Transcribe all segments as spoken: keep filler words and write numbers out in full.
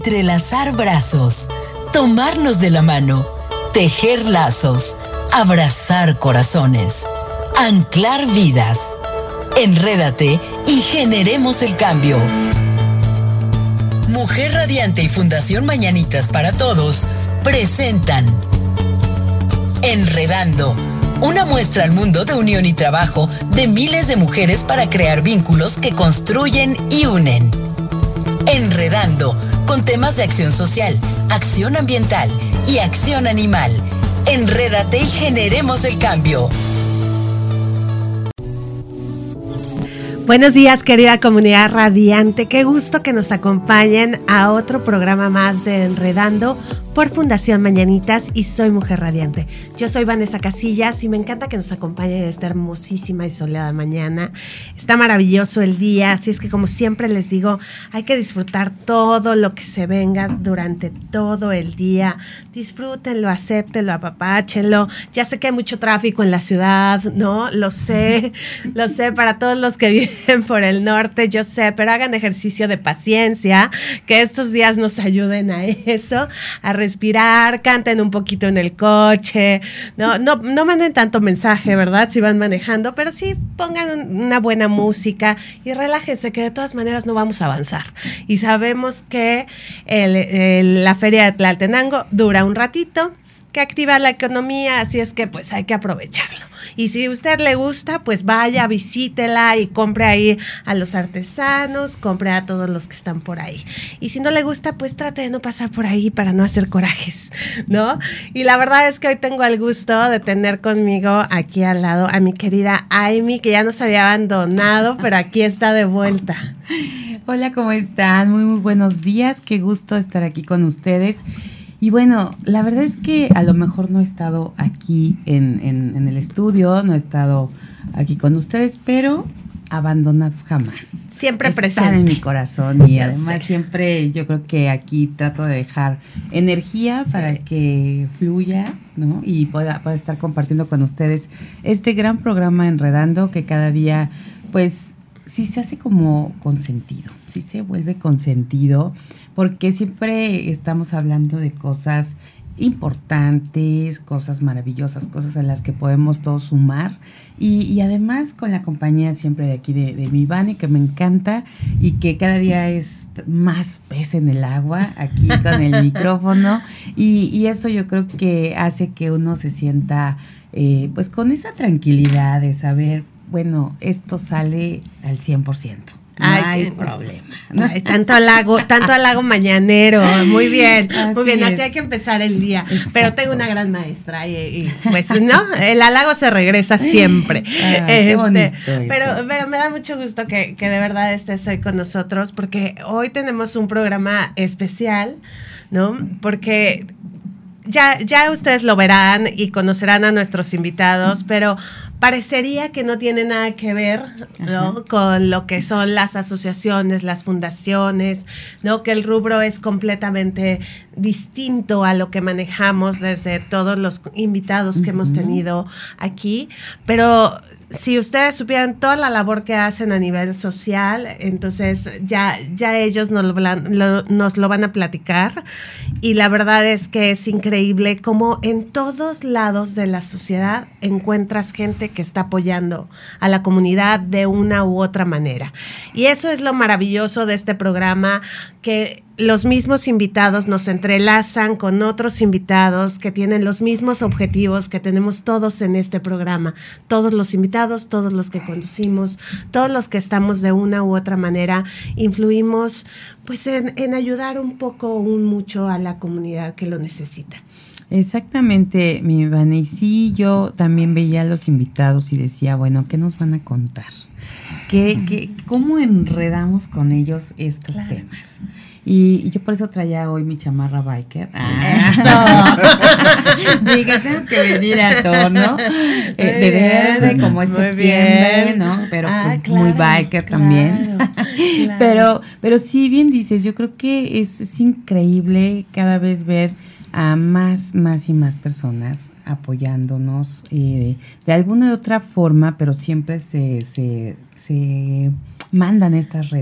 Entrelazar brazos, tomarnos de la mano, tejer lazos, abrazar corazones, anclar vidas. Enrédate y generemos el cambio. Mujer Radiante y Fundación Mañanitas para Todos presentan Enredando, una muestra al mundo de unión y trabajo de miles de mujeres para crear vínculos que construyen y unen. Enredando, con temas de acción social, acción ambiental y acción animal. Enrédate y generemos el cambio. Buenos días, querida comunidad radiante. Qué gusto que nos acompañen a otro programa más de Enredando por Fundación Mañanitas y soy Mujer Radiante. Yo soy Vanessa Casillas y me encanta que nos acompañen en esta hermosísima y soleada mañana. Está maravilloso el día, así es que como siempre les digo, hay que disfrutar todo lo que se venga durante todo el día. Disfrútenlo, acéptenlo, apapáchenlo. Ya sé que hay mucho tráfico en la ciudad, ¿no? Lo sé, lo sé para todos los que viven por el norte, yo sé, pero hagan ejercicio de paciencia, que estos días nos ayuden a eso, a respirar, canten un poquito en el coche, no, no, no manden tanto mensaje, ¿verdad? Si van manejando, pero sí pongan una buena música y relájense, que de todas maneras no vamos a avanzar. Y sabemos que el, el, la feria de Tlaltenango dura un ratito, que activa la economía, así es que pues hay que aprovecharlo. Y si a usted le gusta, pues vaya, visítela y compre ahí a los artesanos, compre a todos los que están por ahí. Y si no le gusta, pues trate de no pasar por ahí para no hacer corajes, ¿no? Y la verdad es que hoy tengo el gusto de tener conmigo aquí al lado a mi querida Aimee, que ya nos había abandonado, pero aquí está de vuelta. Hola, ¿cómo están? Muy, muy buenos días. Qué gusto estar aquí con ustedes. Y bueno, la verdad es que a lo mejor no he estado aquí en, en, en el estudio, no he estado aquí con ustedes, pero abandonados jamás. Siempre presente. Están en mi corazón y yo además sé. siempre yo creo que aquí trato de dejar energía sí. para que fluya, ¿no? Y pueda, pueda estar compartiendo con ustedes este gran programa Enredando que cada día, pues, sí se hace como consentido, sí se vuelve consentido, porque siempre estamos hablando de cosas importantes, cosas maravillosas, cosas en las que podemos todos sumar y, y además con la compañía siempre de aquí de, de mi Vani, que me encanta y que cada día es más pez en el agua aquí con el micrófono y, y eso yo creo que hace que uno se sienta eh, pues con esa tranquilidad de saber, bueno, esto sale al cien por ciento. No Ay, hay qué, problema. ¿No? Ay, tanto halago, tanto halago mañanero. Muy bien, así muy bien. es. Así hay que empezar el día. Exacto. Pero tengo una gran maestra y, y pues no, el halago se regresa siempre. Ay, este, qué bonito pero, eso. pero me da mucho gusto que, que de verdad estés hoy con nosotros porque hoy tenemos un programa especial, ¿no? Porque ya, ya ustedes lo verán y conocerán a nuestros invitados, pero parecería que no tiene nada que ver, ¿no? Con lo que son las asociaciones, las fundaciones, ¿no? Que el rubro es completamente distinto a lo que manejamos desde todos los invitados que uh-huh. hemos tenido aquí, pero si ustedes supieran toda la labor que hacen a nivel social, entonces ya, ya ellos nos lo, lo, nos lo van a platicar y la verdad es que es increíble cómo en todos lados de la sociedad encuentras gente que está apoyando a la comunidad de una u otra manera. Y eso es lo maravilloso de este programa, que los mismos invitados nos entrelazan con otros invitados que tienen los mismos objetivos que tenemos todos en este programa. Todos los invitados, todos los que conducimos, todos los que estamos de una u otra manera, influimos pues en, en ayudar un poco o un mucho a la comunidad que lo necesita. Exactamente, mi Ivana. Y sí, yo también veía a los invitados y decía, bueno, ¿qué nos van a contar? ¿Qué, uh-huh. qué, ¿Cómo enredamos con ellos estos claro. temas? Y, y yo por eso traía hoy mi chamarra biker. Ah, Diga, tengo que venir a tono. Eh, de verde, como es septiembre, ¿no? Pero ah, pues claro, muy biker claro, también. Claro. pero, pero sí, bien dices, yo creo que es, es increíble cada vez ver a más, más y más personas apoyándonos eh, de alguna u otra forma, pero siempre se, se, se mandan estas redes,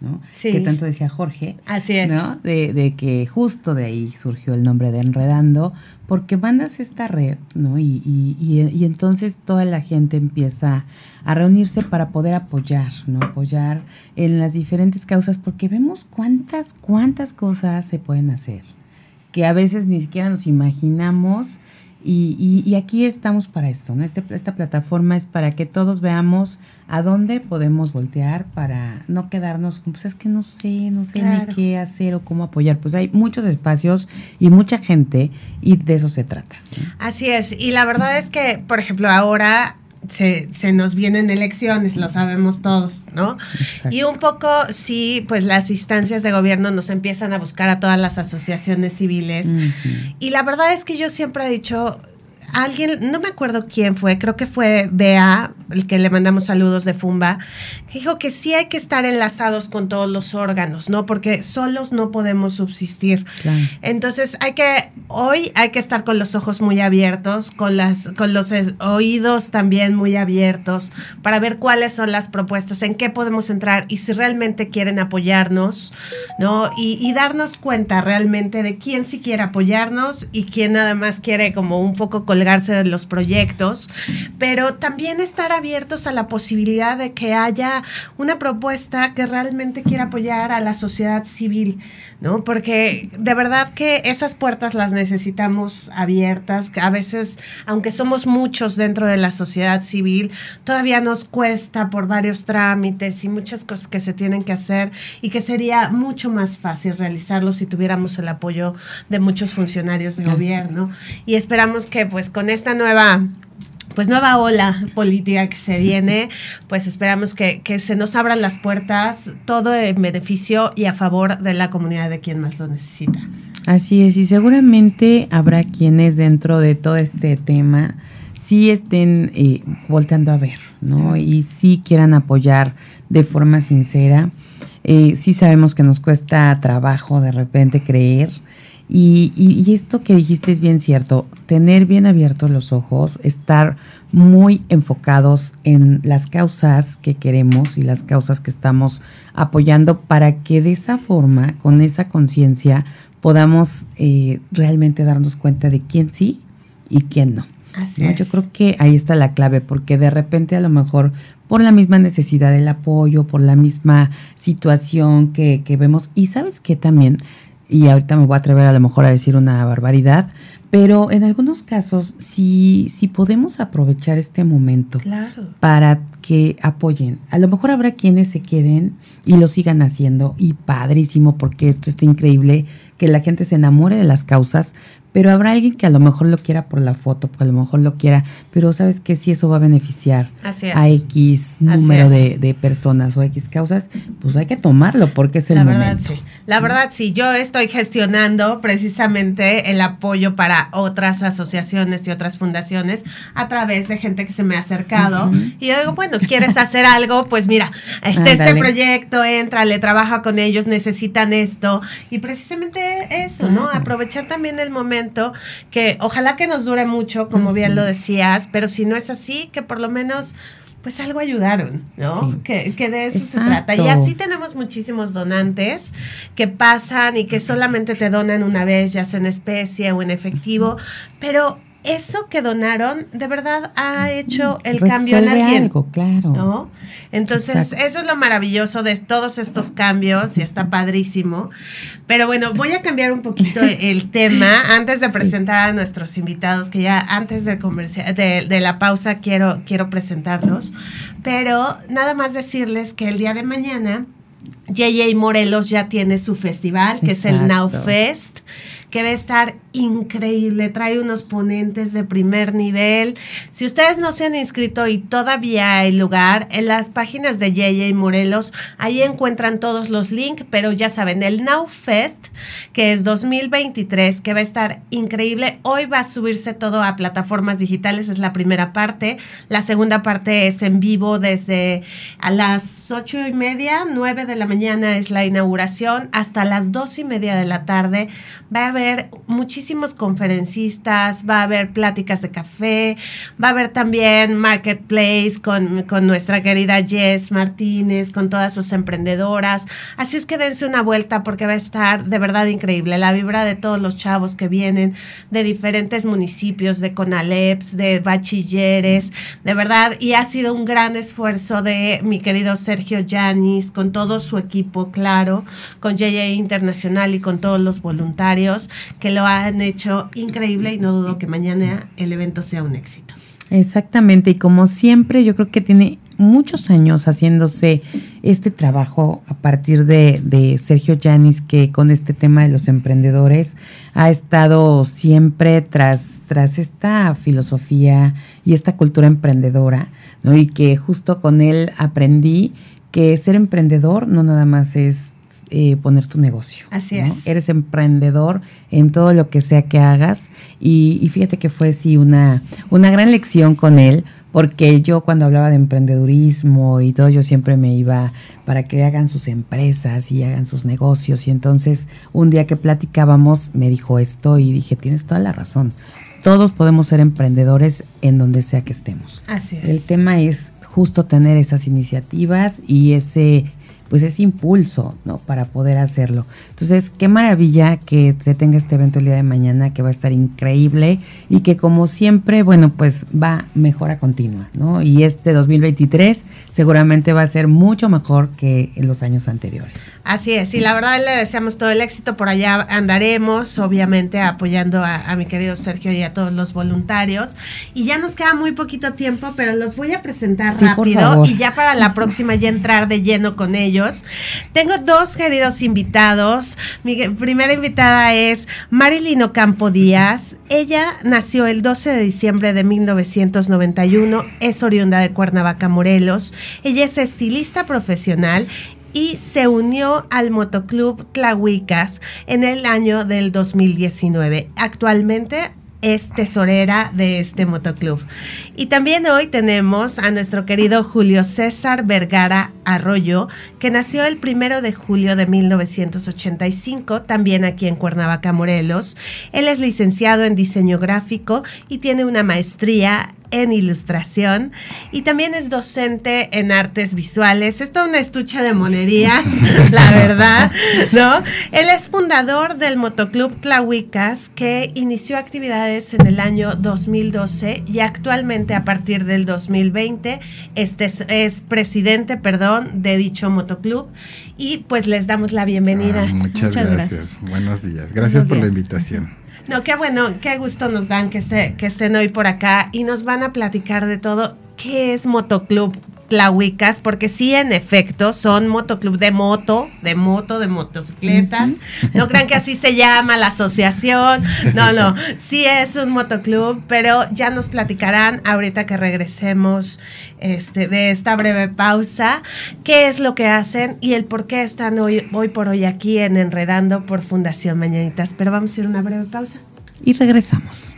¿no? Sí. Que tanto decía Jorge. Así es. ¿No? De, de que justo de ahí surgió el nombre de Enredando, porque mandas esta red, ¿no? Y, y, y, y entonces toda la gente empieza a reunirse para poder apoyar, ¿no? Apoyar en las diferentes causas, porque vemos cuántas, cuántas cosas se pueden hacer, que a veces ni siquiera nos imaginamos. Y, y, y aquí estamos para esto, ¿no? Este, esta plataforma es para que todos veamos a dónde podemos voltear para no quedarnos con, pues es que no sé, no sé Claro. ni qué hacer o cómo apoyar. Pues hay muchos espacios y mucha gente y de eso se trata, ¿no? Así es, y la verdad es que, por ejemplo, ahora se, se nos vienen elecciones, lo sabemos todos, ¿no? Exacto. Y un poco, sí, pues las instancias de gobierno nos empiezan a buscar a todas las asociaciones civiles. Uh-huh. Y la verdad es que yo siempre he dicho, alguien, no me acuerdo quién fue, creo que fue Bea, el que le mandamos saludos de Fumba, que dijo que sí hay que estar enlazados con todos los órganos, ¿no? Porque solos no podemos subsistir. Claro. Entonces hay que, hoy hay que estar con los ojos muy abiertos, con las, con los es, oídos también muy abiertos, para ver cuáles son las propuestas, en qué podemos entrar y si realmente quieren apoyarnos, ¿no? Y, y darnos cuenta realmente de quién sí quiere apoyarnos y quién nada más quiere como un poco colgarse de los proyectos, pero también estar abiertos a la posibilidad de que haya una propuesta que realmente quiera apoyar a la sociedad civil, ¿no? Porque de verdad que esas puertas las necesitamos abiertas, que a veces, aunque somos muchos dentro de la sociedad civil, todavía nos cuesta por varios trámites y muchas cosas que se tienen que hacer y que sería mucho más fácil realizarlo si tuviéramos el apoyo de muchos funcionarios de Gracias. gobierno. Y esperamos que pues con esta nueva pues nueva ola política que se viene, pues esperamos que, que se nos abran las puertas, todo en beneficio y a favor de la comunidad de quien más lo necesita. Así es, y seguramente habrá quienes dentro de todo este tema sí estén eh, volteando a ver, ¿no? Y sí quieran apoyar de forma sincera. Eh, sí sabemos que nos cuesta trabajo de repente creer. Y, y, y esto que dijiste es bien cierto, tener bien abiertos los ojos, estar muy enfocados en las causas que queremos y las causas que estamos apoyando para que de esa forma, con esa conciencia, podamos eh, realmente darnos cuenta de quién sí y quién no. Así ¿no? es. Yo creo que ahí está la clave, porque de repente a lo mejor por la misma necesidad del apoyo, por la misma situación que, que vemos, y ¿sabes qué también? Y ahorita me voy a atrever a lo mejor a decir una barbaridad, pero en algunos casos sí, sí podemos aprovechar este momento Claro. para que apoyen. A lo mejor habrá quienes se queden y lo sigan haciendo, y padrísimo, porque esto está increíble, que la gente se enamore de las causas, pero habrá alguien que a lo mejor lo quiera por la foto, pues a lo mejor lo quiera, pero ¿sabes qué? Si eso va a beneficiar Así es. a X número de, de personas o X causas, pues hay que tomarlo porque es el La momento. verdad, sí. La verdad, sí. Yo estoy gestionando precisamente el apoyo para otras asociaciones y otras fundaciones a través de gente que se me ha acercado. Uh-huh. Y yo digo, bueno, ¿quieres hacer algo? Pues mira, este, este proyecto, éntrale, trabaja con ellos, necesitan esto. Y precisamente eso, ¿no? Aprovechar también el momento que ojalá que nos dure mucho, como uh-huh. bien lo decías, pero si no es así, que por lo menos pues algo ayudaron, ¿no? Sí. Que, que de eso Exacto. se trata. Y así tenemos muchísimos donantes que pasan y que solamente te donan una vez, ya sea en especie o en efectivo, pero eso que donaron de verdad ha hecho el Resuelve cambio en alguien. Algo, claro. ¿No? Entonces, Exacto. eso es lo maravilloso de todos estos cambios y está padrísimo. Pero bueno, voy a cambiar un poquito el tema antes de presentar sí. a nuestros invitados, que ya antes del comercial, de, de la pausa quiero, quiero presentarlos. Pero nada más decirles que el día de mañana J J Morelos ya tiene su festival, que Exacto. es el Now Fest, que va a estar increíble, trae unos ponentes de primer nivel. Si ustedes no se han inscrito y todavía hay lugar, en las páginas de J J Morelos, ahí encuentran todos los links, pero ya saben, el Now Fest, que es dos mil veintitrés, que va a estar increíble. Hoy va a subirse todo a plataformas digitales, es la primera parte. La segunda parte es en vivo desde a las ocho y media, nueve de la mañana, mañana es la inauguración, hasta las dos y media de la tarde va a haber muchísimos conferencistas, va a haber pláticas de café, va a haber también marketplace con, con nuestra querida Jess Martínez, con todas sus emprendedoras, así es que dense una vuelta porque va a estar de verdad increíble, la vibra de todos los chavos que vienen de diferentes municipios, de CONALEPS, de bachilleres, de verdad, y ha sido un gran esfuerzo de mi querido Sergio Yanis, con todo su equipo, claro, con J J Internacional y con todos los voluntarios que lo han hecho increíble y no dudo que mañana el evento sea un éxito. Exactamente, y como siempre yo creo que tiene muchos años haciéndose este trabajo a partir de, de Sergio Yanis, que con este tema de los emprendedores ha estado siempre tras, tras esta filosofía y esta cultura emprendedora, ¿no? Y que justo con él aprendí que ser emprendedor no nada más es eh, poner tu negocio. Así ¿no? es. Eres emprendedor en todo lo que sea que hagas y, y fíjate que fue sí una, una gran lección con él, porque yo cuando hablaba de emprendedurismo y todo, yo siempre me iba para que hagan sus empresas y hagan sus negocios, y entonces un día que platicábamos me dijo esto y dije, tienes toda la razón, todos podemos ser emprendedores en donde sea que estemos. Así es. El tema es justo tener esas iniciativas y ese pues ese impulso, ¿no? Para poder hacerlo. Entonces, qué maravilla que se tenga este evento el día de mañana, que va a estar increíble y que como siempre, bueno, pues va mejora continua, ¿no? Y este dos mil veintitrés seguramente va a ser mucho mejor que en los años anteriores. Así es, y la verdad le deseamos todo el éxito, por allá andaremos, obviamente apoyando a, a mi querido Sergio y a todos los voluntarios, y ya nos queda muy poquito tiempo, pero los voy a presentar sí, rápido, y ya para la próxima ya entrar de lleno con ellos. Tengo dos queridos invitados. Mi primera invitada es Marilyn Ocampo Díaz. Ella nació el doce de diciembre de mil novecientos noventa y uno, es oriunda de Cuernavaca, Morelos. Ella es estilista profesional y se unió al Motoclub Tlahuicas en el año del dos mil diecinueve. Actualmente es tesorera de este motoclub. Y también hoy tenemos a nuestro querido Julio César Vergara Arroyo, que nació el primero de julio de mil novecientos ochenta y cinco, también aquí en Cuernavaca, Morelos. Él es licenciado en diseño gráfico y tiene una maestría en ilustración y también es docente en artes visuales. Es toda una estucha de monerías, la verdad, ¿no? Él es fundador del Motoclub Tlahuicas, que inició actividades en el año dos mil doce y actualmente a partir del dos mil veinte este es, es presidente, perdón, de dicho motoclub, y pues les damos la bienvenida. Ah, muchas, muchas gracias. gracias. Buenos días. Gracias Buenos por días. la invitación. No, qué bueno, qué gusto nos dan que, esté, que estén hoy por acá y nos van a platicar de todo. ¿Qué es Motoclub Tlahuicas? Porque sí, en efecto, son motoclub de moto, de moto, de motocicletas. Uh-huh. No crean que así se llama la asociación. No, no, sí es un motoclub, pero ya nos platicarán ahorita que regresemos este, de esta breve pausa, qué es lo que hacen y el por qué están hoy, hoy por hoy aquí en Enredando por Fundación Mañanitas. Pero vamos a ir a una breve pausa. Y regresamos.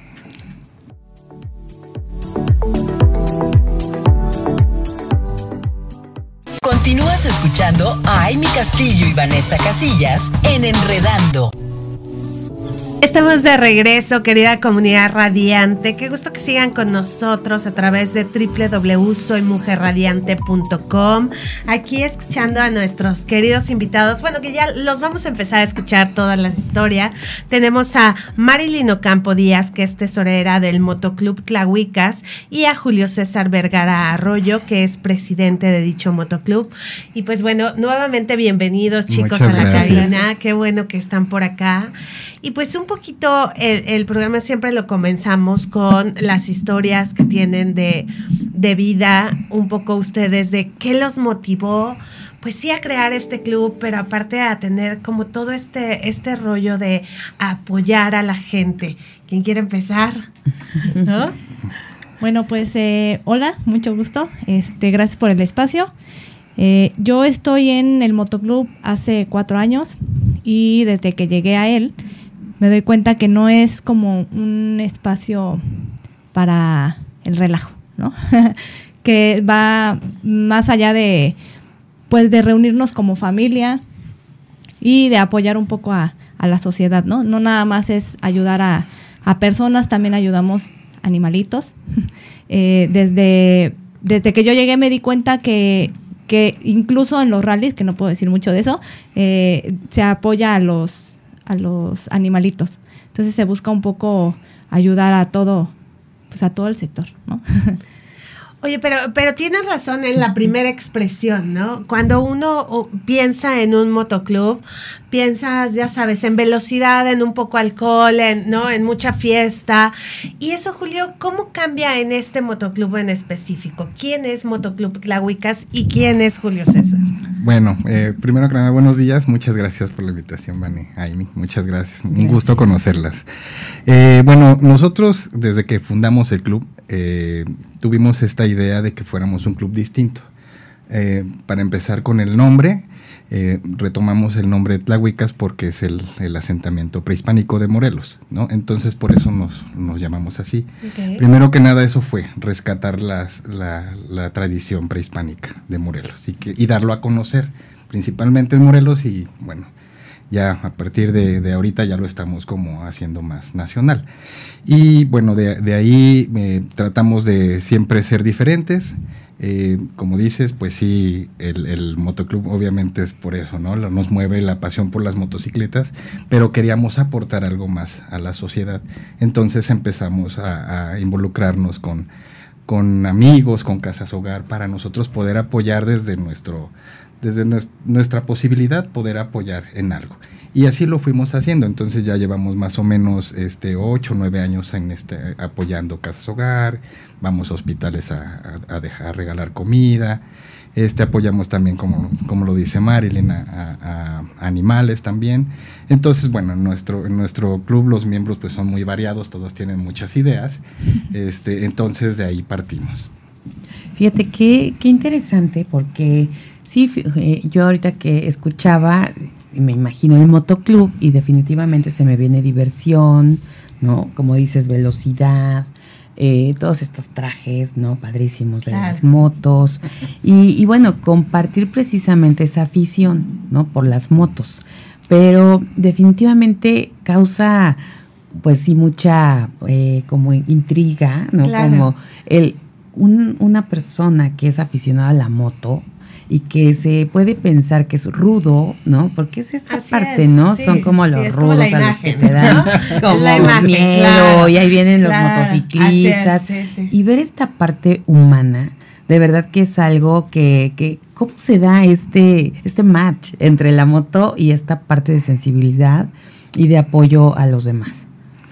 Continúas escuchando a Amy Castillo y Vanessa Casillas en Enredando. Estamos de regreso, querida comunidad radiante. Qué gusto que sigan con nosotros a través de doble u doble u doble u punto soy mujer radiante punto com. Aquí escuchando a nuestros queridos invitados. Bueno, que ya los vamos a empezar a escuchar toda la historia. Tenemos a Marilyn Ocampo Díaz, que es tesorera del Motoclub Tlahuicas, y a Julio César Vergara Arroyo, que es presidente de dicho motoclub. Y pues bueno, nuevamente bienvenidos, chicos, Muchas a la gracias. cabina. Qué bueno que están por acá. Y pues un poquito el, el programa siempre lo comenzamos con las historias que tienen de, de vida, un poco ustedes de qué los motivó, pues sí, a crear este club, pero aparte a tener como todo este, este rollo de apoyar a la gente. ¿Quién quiere empezar? ¿No? Bueno, pues eh, hola, mucho gusto. Este, gracias por el espacio. Eh, yo estoy en el motoclub hace cuatro años y desde que llegué a él me doy cuenta que no es como un espacio para el relajo, ¿no? Que va más allá de, pues de reunirnos como familia y de apoyar un poco a, a la sociedad, ¿no? No nada más es ayudar a, a personas, también ayudamos animalitos. eh, desde, desde que yo llegué me di cuenta que, que incluso en los rallies, que no puedo decir mucho de eso, eh, se apoya a los, a los animalitos. Entonces se busca un poco ayudar a todo, pues a todo el sector, ¿no? Oye, pero, pero tienes razón en la primera expresión, ¿no? Cuando uno o, piensa en un motoclub, piensas, ya sabes, en velocidad, en un poco alcohol, en, ¿no? En mucha fiesta. Y eso, Julio, ¿cómo cambia en este motoclub en específico? ¿Quién es Motoclub Tlahuicas y quién es Julio César? Bueno, eh, primero que nada, buenos días. Muchas gracias por la invitación, Vane, Aimi. Muchas gracias. Un gracias. gusto conocerlas. Eh, bueno, nosotros, desde que fundamos el club, eh, tuvimos esta idea de que fuéramos un club distinto. Eh, para empezar con el nombre, eh, retomamos el nombre de Tlahuicas porque es el, el asentamiento prehispánico de Morelos, ¿no? Entonces, por eso nos, nos llamamos así. Okay. Primero que nada, eso fue rescatar las, la, la tradición prehispánica de Morelos y, que, y darlo a conocer, principalmente en Morelos, y bueno, ya a partir de, de ahorita ya lo estamos como haciendo más nacional. Y bueno, de, de ahí eh, tratamos de siempre ser diferentes. Eh, como dices, pues sí, el, el motoclub obviamente es por eso, ¿no? Nos mueve la pasión por las motocicletas, pero queríamos aportar algo más a la sociedad. Entonces empezamos a, a involucrarnos con, con amigos, con casas hogar, para nosotros poder apoyar desde nuestro, desde nues, nuestra posibilidad, poder apoyar en algo. Y así lo fuimos haciendo. Entonces ya llevamos más o menos este ocho, nueve años en este apoyando casas hogar, vamos a hospitales a, a, a, dejar, a regalar comida, este apoyamos también, como, como lo dice Marilyn, a, a, a animales también. Entonces, bueno, en nuestro, en nuestro club los miembros pues son muy variados, todos tienen muchas ideas, este, entonces de ahí partimos. Fíjate qué, qué interesante, porque sí, eh, yo ahorita que escuchaba, me imagino el motoclub y definitivamente se me viene diversión, ¿no? Como dices, velocidad, eh, todos estos trajes, ¿no? Padrísimos de claro. las motos. Y, y bueno, compartir precisamente esa afición, ¿no? Por las motos. Pero definitivamente causa, pues sí, mucha eh, como intriga, ¿no? Claro. Como el un, una persona que es aficionada a la moto y que se puede pensar que es rudo, ¿no? Porque es esa Así parte, es, ¿no? Sí, Son como los sí, rudos como a los que te dan ¿no? como la imagen, miedo, claro, y ahí vienen los claro, motociclistas. Es, sí, sí. Y ver esta parte humana, de verdad que es algo que, que ¿cómo se da este, este match entre la moto y esta parte de sensibilidad y de apoyo a los demás?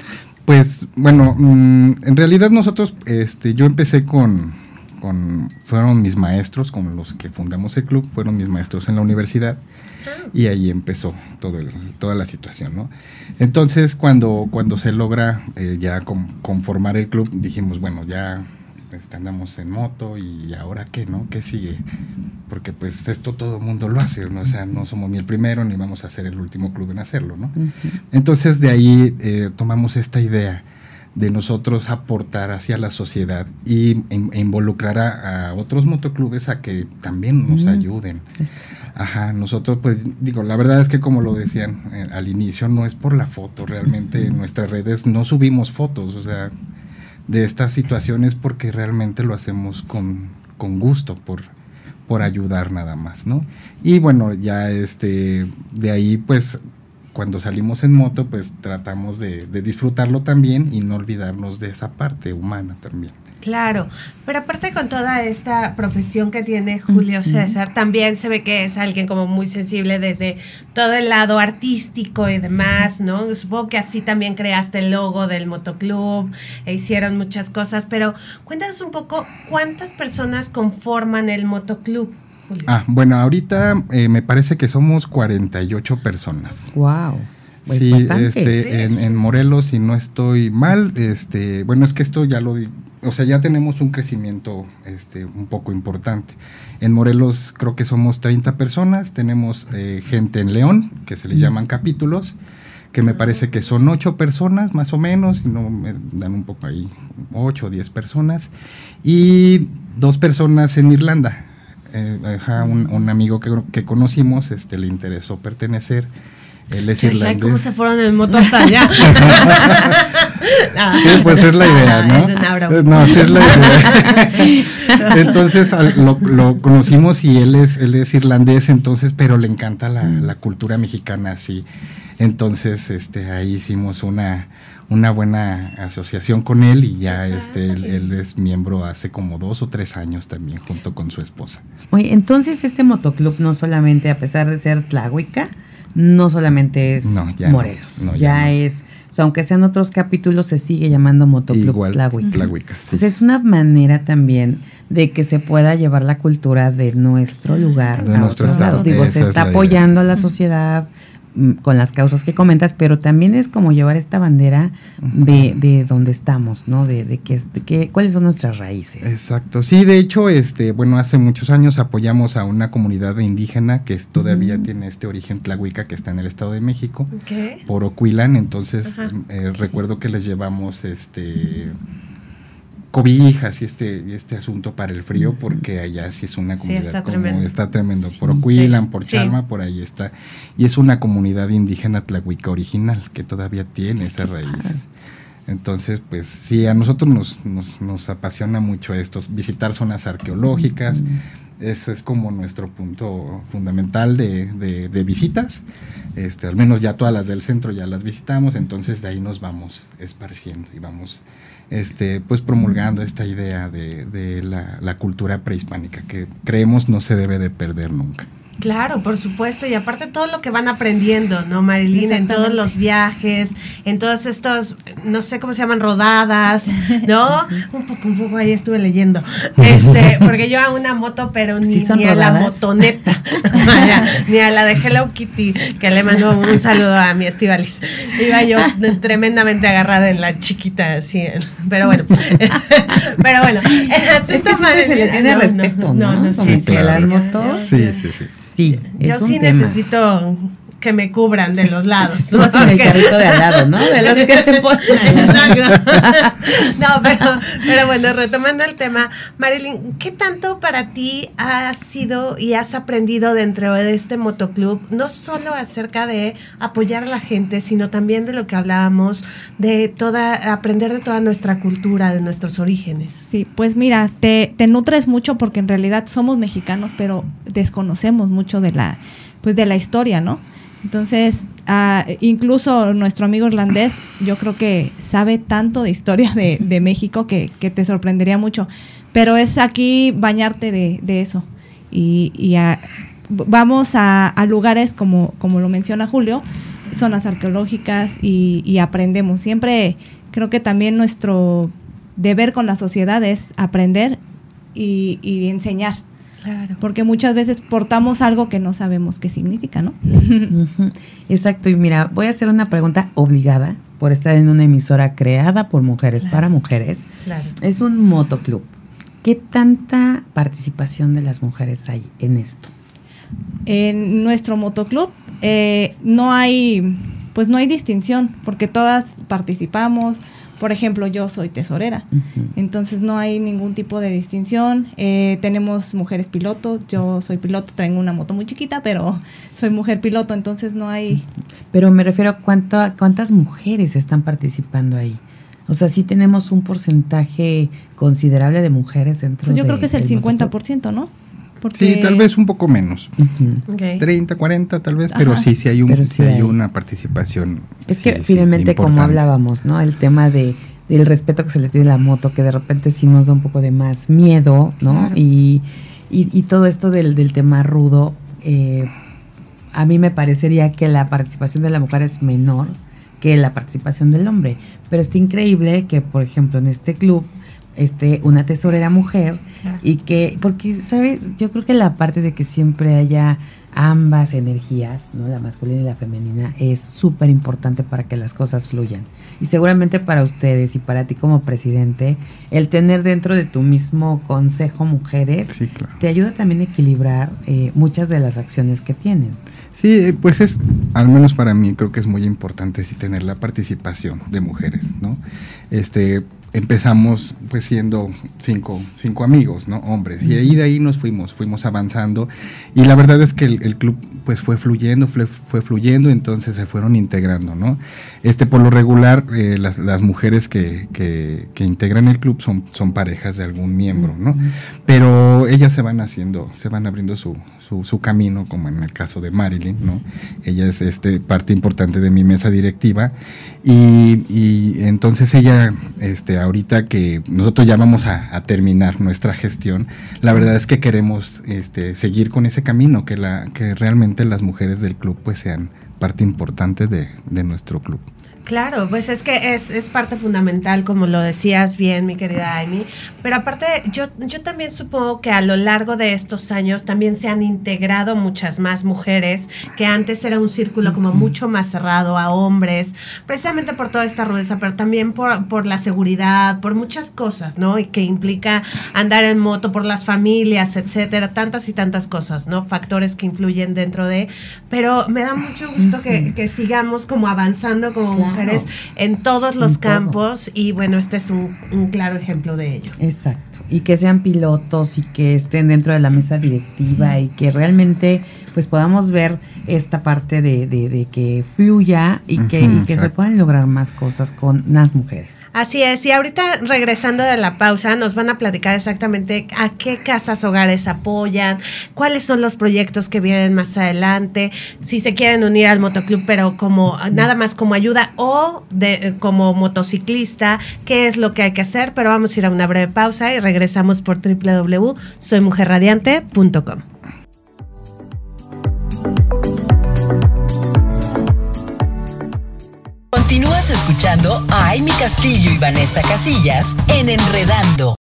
Pues, bueno, mmm, en realidad nosotros, este, yo empecé con... Con, fueron mis maestros con los que fundamos el club, fueron mis maestros en la universidad y ahí empezó todo el, toda la situación, ¿no? Entonces cuando, cuando se logra eh, ya con, conformar el club, dijimos, bueno, ya este, andamos en moto y ahora qué, ¿no? ¿Qué sigue? Porque pues esto todo el mundo lo hace, ¿no? O sea, no somos ni el primero ni vamos a ser el último club en hacerlo, ¿no? Uh-huh. Entonces de ahí eh, tomamos esta idea de nosotros aportar hacia la sociedad y e involucrar a, a otros motoclubes a que también nos ayuden. Ajá, nosotros pues digo, la verdad es que como lo decían eh, al inicio, no es por la foto, realmente en nuestras redes no subimos fotos, o sea, de estas situaciones porque realmente lo hacemos con, con gusto, por, por ayudar nada más, ¿no? Y bueno, ya este, de ahí pues cuando salimos en moto, pues tratamos de, de disfrutarlo también y no olvidarnos de esa parte humana también. Claro, pero aparte con toda esta profesión que tiene Julio César, uh-huh. también se ve que es alguien como muy sensible desde todo el lado artístico y demás, ¿no? Supongo que así también creaste el logo del motoclub, e hicieron muchas cosas, pero cuéntanos un poco, ¿cuántas personas conforman el motoclub? Ah, bueno, ahorita eh, me parece que somos cuarenta y ocho personas. Wow. Pues sí, este, sí. En, en Morelos, si no estoy mal, este, bueno, es que esto ya lo, o sea, ya tenemos un crecimiento, este, un poco importante. En Morelos creo que somos treinta personas, tenemos eh, gente en León, que se les llaman capítulos, que me parece que son ocho personas más o menos, y no me dan un poco ahí, ocho o diez personas, y dos personas en Irlanda. eh, ajá, un, un amigo que, que conocimos, este, le interesó pertenecer. Él es irlandés. ¿Cómo se fueron en moto hasta allá? Sí, pues es la idea, ¿no? Es una broma. No, sí es la idea. Entonces al, lo, lo conocimos y él es, él es irlandés, entonces, pero le encanta la, la cultura mexicana, sí. Entonces, este, ahí hicimos una, una buena asociación con él y ya, este, él, él es miembro hace como dos o tres años también, junto con su esposa. Oye, entonces este motoclub no solamente, a pesar de ser tlahuica, no solamente es no, ya Morelos, no, no, ya, ya no. es, o sea, aunque sean otros capítulos, se sigue llamando Motoclub Igual, Tlahuica. Tlahuica, sí. Pues es una manera también de que se pueda llevar la cultura de nuestro lugar de a nuestro otros estado. lados. Digo, Esa se es está la apoyando idea. a la sociedad m, con las causas que comentas, pero también es como llevar esta bandera de, de donde estamos, ¿no? De, de, que, de que cuáles son nuestras raíces. Exacto, sí, de hecho, este, bueno, hace muchos años apoyamos a una comunidad indígena que es, todavía uh-huh. tiene este origen tlahuica, que está en el Estado de México, okay. por Ocuilan. Entonces eh, recuerdo que les llevamos este cobijas y este y este asunto para el frío, porque allá sí es una comunidad, sí, está, como, tremendo. está tremendo, sí, por Ocuilan, sí, por Chalma, sí. por ahí está, y es una comunidad indígena tlahuica original, que todavía tiene esas raíces. Entonces, pues sí, a nosotros nos, nos, nos apasiona mucho esto, visitar zonas arqueológicas, mm. ese es como nuestro punto fundamental de, de, de visitas, este, al menos ya todas las del centro ya las visitamos, entonces de ahí nos vamos esparciendo y vamos este, pues promulgando esta idea de, de la, la cultura prehispánica, que creemos no se debe de perder nunca. Claro, por supuesto, y aparte todo lo que van aprendiendo, ¿no, Marilyn? En todos los viajes, en todos estos, no sé cómo se llaman, rodadas, ¿no? Un poco, un poco ahí estuve leyendo, este, porque yo a una moto, pero ni, ¿Sí ni a la motoneta, ni a la de Hello Kitty, que le mando un saludo a mi Estivalis. Iba yo tremendamente agarrada en la chiquita, así, pero bueno, pero bueno, es que siempre se le tiene no, respeto, ¿no? No, no, sí, sí, claro. Las motos. Sí, sí, sí. Sí, yo sí tema. necesito que me cubran de los lados. ¿No? En el carrito de al lado, ¿no? De los que te ponen. No, pero, pero bueno, retomando el tema, Marilyn, ¿qué tanto para ti ha sido y has aprendido dentro de este motoclub? No solo acerca de apoyar a la gente, sino también de lo que hablábamos, de toda, aprender de toda nuestra cultura, de nuestros orígenes. Sí, pues mira, te, te nutres mucho porque en realidad somos mexicanos, pero desconocemos mucho de la, pues de la historia, ¿no? Entonces, uh, incluso nuestro amigo irlandés, yo creo que sabe tanto de historia de, de México que, que te sorprendería mucho. Pero es aquí bañarte de, de eso. Y, y a, vamos a, a lugares, como, como lo menciona Julio, zonas arqueológicas y, y aprendemos. Siempre creo que también nuestro deber con la sociedad es aprender y, y enseñar. Claro. Porque muchas veces portamos algo que no sabemos qué significa, ¿no? Uh-huh. Exacto, y mira, voy a hacer una pregunta obligada por estar en una emisora creada por mujeres, claro. para mujeres. Claro. Es un motoclub. ¿Qué tanta participación de las mujeres hay en esto? En nuestro motoclub eh, no hay, pues no hay distinción, porque todas participamos. Por ejemplo, yo soy tesorera, uh-huh. entonces no hay ningún tipo de distinción. Eh, tenemos mujeres pilotos, yo soy piloto, traigo una moto muy chiquita, pero soy mujer piloto, entonces no hay... Pero me refiero a cuánto, cuántas mujeres están participando ahí. O sea, sí tenemos un porcentaje considerable de mujeres dentro de... Pues yo de, creo que es el cincuenta por ciento, ¿no? Porque... Sí, tal vez un poco menos. Uh-huh. Okay. treinta, cuarenta tal vez, pero Ajá. sí, sí hay, un, sí sí hay, hay una participación. Es sí, que sí, finalmente, importante. como hablábamos, ¿no? El tema de del respeto que se le tiene a la moto, que de repente sí nos da un poco de más miedo, ¿no? Claro. Y, y, y todo esto del, del tema rudo, eh, a mí me parecería que la participación de la mujer es menor que la participación del hombre. Pero está increíble que, por ejemplo, en este club, este, una tesorera mujer, claro. y que, porque, ¿sabes? Yo creo que la parte de que siempre haya ambas energías, ¿no? La masculina y la femenina, es súper importante para que las cosas fluyan. Y seguramente para ustedes y para ti como presidente, el tener dentro de tu mismo consejo mujeres, sí, claro. te ayuda también a equilibrar eh, muchas de las acciones que tienen. Sí, pues es, al menos para mí, creo que es muy importante sí tener la participación de mujeres, ¿no? Este... empezamos pues siendo cinco, cinco amigos, ¿no? Hombres. Y ahí de ahí nos fuimos, fuimos avanzando. Y la verdad es que el, el club pues fue fluyendo, fue, fue fluyendo, entonces se fueron integrando, ¿no? Este, por lo regular, eh, las, las mujeres que, que, que integran el club son, son parejas de algún miembro, ¿no? Pero ellas se van haciendo, se van abriendo su, su, su camino, como en el caso de Marilyn, ¿no? Ella es este, parte importante de mi mesa directiva. Y, y entonces ella, este, ahorita que nosotros ya vamos a, a terminar nuestra gestión, la verdad es que queremos este, seguir con ese camino, que, la, que realmente las mujeres del club pues sean parte importante de, de nuestro club. Claro, pues es que es, es parte fundamental, como lo decías bien, mi querida Amy, pero aparte yo, yo también supongo que a lo largo de estos años también se han integrado muchas más mujeres, que antes era un círculo como mucho más cerrado a hombres, precisamente por toda esta rudeza, pero también por, por la seguridad, por muchas cosas, ¿no? Y que implica andar en moto, por las familias, etcétera, tantas y tantas cosas, ¿no? Factores que influyen dentro de, pero me da mucho gusto que, que sigamos como avanzando como mujeres en todos los en campos todo. Y bueno, este es un, un claro ejemplo de ello. Exacto, y que sean pilotos y que estén dentro de la mesa directiva y que realmente pues podamos ver esta parte de, de, de que fluya y que, uh-huh, y que se puedan lograr más cosas con las mujeres. Así es, y ahorita regresando de la pausa nos van a platicar exactamente a qué casas hogares apoyan, cuáles son los proyectos que vienen más adelante, si se quieren unir al motoclub pero como nada más como ayuda o de, como motociclista, qué es lo que hay que hacer, pero vamos a ir a una breve pausa y regresamos por doble u doble u doble u punto soy mujer radiante punto com. Continúas escuchando a Amy Castillo y Vanessa Casillas en Enredando.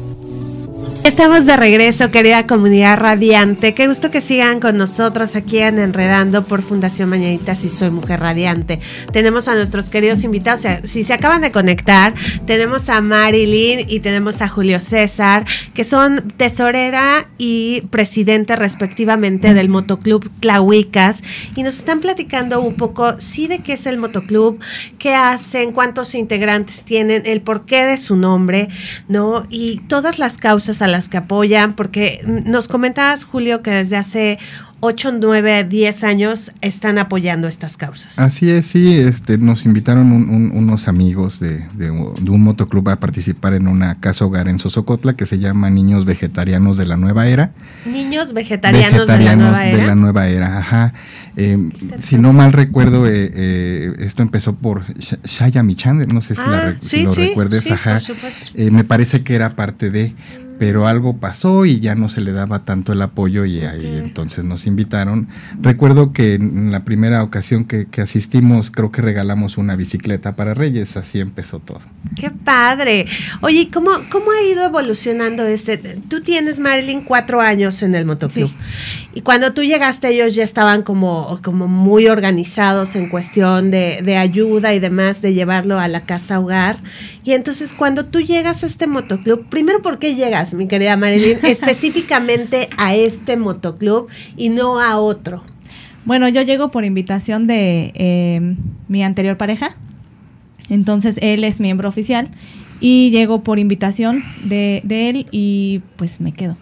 Estamos de regreso, querida comunidad radiante. Qué gusto que sigan con nosotros aquí en Enredando por Fundación Mañanitas y Soy Mujer Radiante. Tenemos a nuestros queridos invitados. O sea, si se acaban de conectar, tenemos a Marilyn y tenemos a Julio César, que son tesorera y presidente respectivamente del Motoclub Tlahuicas. Y nos están platicando un poco, sí, de qué es el Motoclub, qué hacen, cuántos integrantes tienen, el porqué de su nombre, ¿no? Y todas las causas a las que apoyan, porque nos comentabas, Julio, que desde hace ocho, nueve, diez años están apoyando estas causas. Así es, sí, este, nos invitaron un, un, unos amigos de, de, de un motoclub a participar en una casa hogar en Sosocotla que se llama Niños Vegetarianos de la Nueva Era. Niños Vegetarianos, vegetarianos de la Nueva Era. De la Nueva Era, ajá. Eh, si no mal recuerdo, eh, eh, esto empezó por Shaya Michan, no sé si, ah, la, sí, si lo sí, recuerdes, sí, ajá. por supuesto. Eh, me parece que era parte de... pero algo pasó y ya no se le daba tanto el apoyo y ahí okay. Entonces nos invitaron. Recuerdo que en la primera ocasión que, que asistimos, creo que regalamos una bicicleta para Reyes, así empezó todo. ¡Qué padre! Oye, ¿cómo, cómo ha ido evolucionando este? Tú tienes, Marilyn, cuatro años en el motoclub. Sí. Y cuando tú llegaste, ellos ya estaban como, como muy organizados en cuestión de, de ayuda y demás, de llevarlo a la casa hogar. Y entonces, cuando tú llegas a este motoclub, primero, ¿por qué llegas, mi querida Marilyn, específicamente a este motoclub y no a otro? Bueno, yo llego por invitación de eh, mi anterior pareja, entonces él es miembro oficial y llego por invitación de, de él y pues me quedo.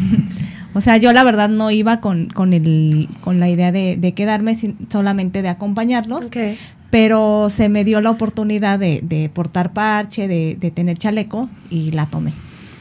O sea, yo la verdad no iba con, con, el, con la idea de, de quedarme, sin, solamente de acompañarlos. Okay. Pero se me dio la oportunidad de, de portar parche, de, de tener chaleco y la tomé.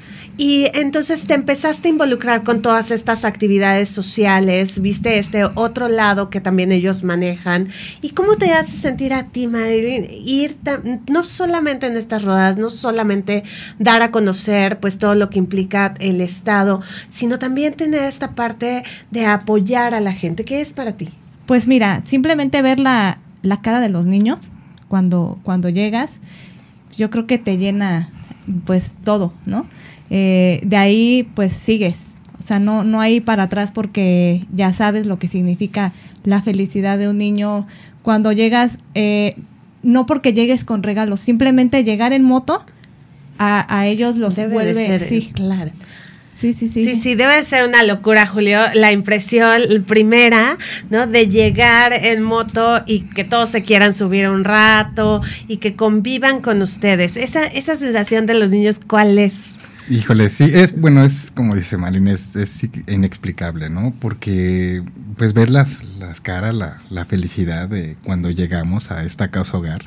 Y entonces te empezaste a involucrar con todas estas actividades sociales, viste este otro lado que también ellos manejan. ¿Y cómo te hace sentir a ti, Marilyn, ir tan, no solamente en estas rodadas, no solamente dar a conocer pues todo lo que implica el Estado, sino también tener esta parte de apoyar a la gente? ¿Qué es para ti? Pues mira, simplemente ver la, la cara de los niños cuando, cuando llegas, yo creo que te llena pues todo, ¿no? Eh, de ahí pues sigues, o sea, no, no hay para atrás porque ya sabes lo que significa la felicidad de un niño cuando llegas, eh, no porque llegues con regalos, simplemente llegar en moto a, a ellos los Debe vuelve, de ser, sí, claro. Sí, sí, sí. Sí, sí, debe de ser una locura, Julio, la impresión primera, ¿no? De llegar en moto y que todos se quieran subir un rato y que convivan con ustedes. Esa, esa sensación de los niños, ¿cuál es? Híjole, sí, es, bueno, es como dice Malin, es, es inexplicable, ¿no? Porque, pues, ver las, las caras, la, la felicidad de cuando llegamos a esta casa hogar.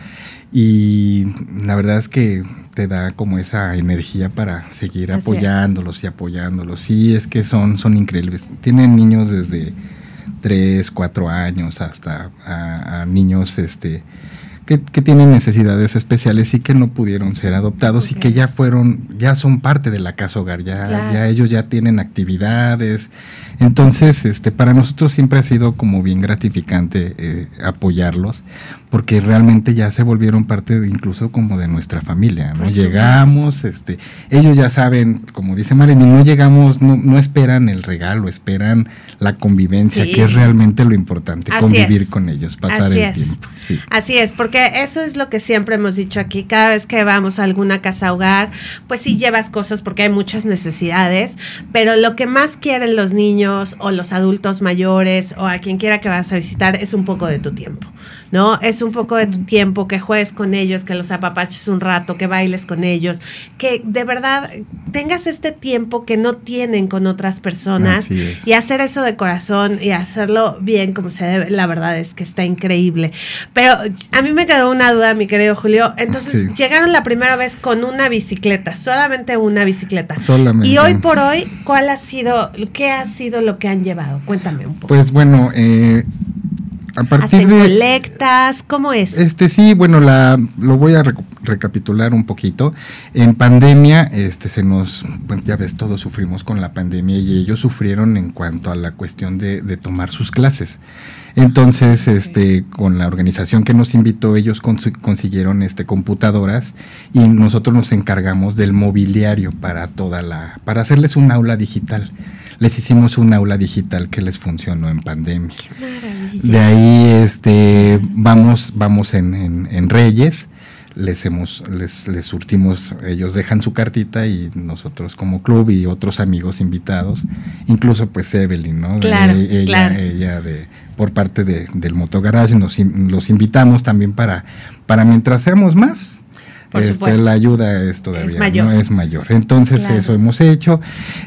Y la verdad es que te da como esa energía para seguir Así apoyándolos es. y apoyándolos. Sí, es que son, son increíbles. Tienen niños desde tres, cuatro años hasta a, a niños este que, que tienen necesidades especiales y que no pudieron ser adoptados, okay. y que ya fueron, ya son parte de la casa hogar, ya, claro. ya ellos ya tienen actividades. Entonces, este, para nosotros siempre ha sido como bien gratificante eh, apoyarlos, porque realmente ya se volvieron parte de, incluso como de nuestra familia, ¿no? Pues llegamos, este, ellos ya saben, como dice Marilyn, no llegamos, no, no esperan el regalo, esperan la convivencia, sí. que es realmente lo importante, Así convivir es. con ellos, pasar Así el es. tiempo. Sí. Así es, porque eso es lo que siempre hemos dicho aquí, cada vez que vamos a alguna casa hogar, pues sí llevas cosas porque hay muchas necesidades, pero lo que más quieren los niños o los adultos mayores o a quien quiera que vas a visitar es un poco de tu tiempo, ¿no? Es un poco de tu tiempo, que juegues con ellos, que los apapaches un rato, que bailes con ellos, que de verdad tengas este tiempo que no tienen con otras personas, y hacer eso de corazón y hacerlo bien como se debe, la verdad es que está increíble. Pero a mí me quedó una duda, mi querido Julio, entonces sí. llegaron la primera vez con una bicicleta, solamente una bicicleta. Solamente. Y hoy por hoy, ¿cuál ha sido, qué ha sido lo que han llevado? Cuéntame un poco. Pues bueno, eh, a partir ¿Hacen de colectas? ¿Cómo es? Este sí, bueno, la lo voy a rec recapitular un poquito. En pandemia, este se nos, pues ya ves, todos sufrimos con la pandemia y ellos sufrieron en cuanto a la cuestión de, de tomar sus clases. Entonces, este, con la organización que nos invitó, ellos cons consiguieron este computadoras y nosotros nos encargamos del mobiliario para toda la, para hacerles un aula digital. Les hicimos un aula digital que les funcionó en pandemia. ¡Qué maravilla! De ahí, este, vamos, vamos en, en, en Reyes. Les hemos, les, les surtimos, ellos dejan su cartita y nosotros como club y otros amigos invitados, incluso pues Evelyn, ¿no? Claro, ella, claro. ella de, por parte de, del Motogarage, nos los invitamos también para, para mientras seamos más, este, la ayuda es todavía, es mayor. ¿no? Es mayor. Entonces claro. eso hemos hecho,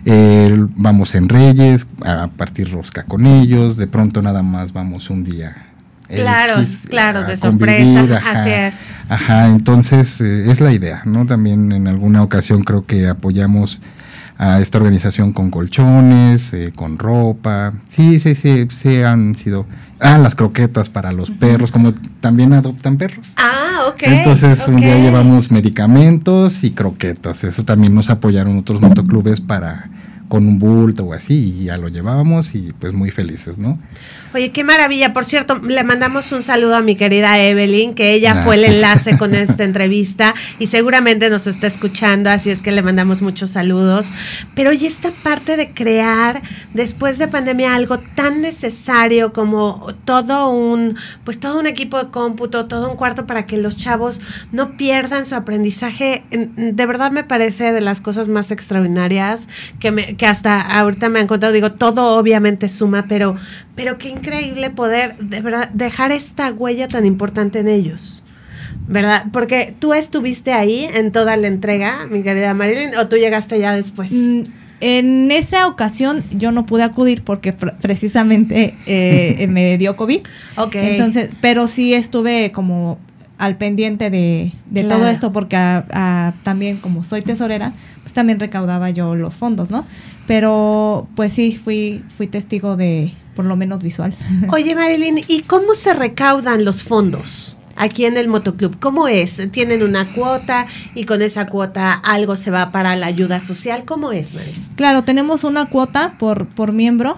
eh, vamos en Reyes a partir rosca con ellos, de pronto nada más vamos un día. Claro, X, claro, de sorpresa, ajá, así es. Ajá, entonces eh, es la idea, ¿no? También en alguna ocasión creo que apoyamos a esta organización con colchones, eh, con ropa, sí, sí, sí, sí han sido, ah, las croquetas para los uh-huh. perros, como también adoptan perros. Ah, ok. Entonces okay. un día llevamos medicamentos y croquetas, eso también nos apoyaron otros motoclubes para, con un bulto o así, y ya lo llevábamos y pues muy felices, ¿no? Oye, qué maravilla. Por cierto, le mandamos un saludo a mi querida Evelyn, que ella ah, fue el sí. enlace con esta entrevista y seguramente nos está escuchando, así es que le mandamos muchos saludos. Pero oye, esta parte de crear después de pandemia algo tan necesario como todo un, pues todo un equipo de cómputo, todo un cuarto para que los chavos no pierdan su aprendizaje, de verdad me parece de las cosas más extraordinarias que, me, que hasta ahorita me han contado. Digo, todo obviamente suma, pero, pero qué increíble poder de verdad dejar esta huella tan importante en ellos, ¿verdad? Porque tú estuviste ahí en toda la entrega, mi querida Marilyn, o tú llegaste ya después. Mm, en esa ocasión yo no pude acudir porque pr precisamente eh, me dio COVID. Okay. Entonces, pero sí estuve como al pendiente de, de claro. todo esto porque a, a, también como soy tesorera, pues también recaudaba yo los fondos, ¿no? Pero pues sí, fui, fui testigo de, por lo menos visual. Oye, Marilyn, ¿y cómo se recaudan los fondos aquí en el motoclub? ¿Cómo es? ¿Tienen una cuota y con esa cuota algo se va para la ayuda social? ¿Cómo es, Marilyn? Claro, tenemos una cuota por, por miembro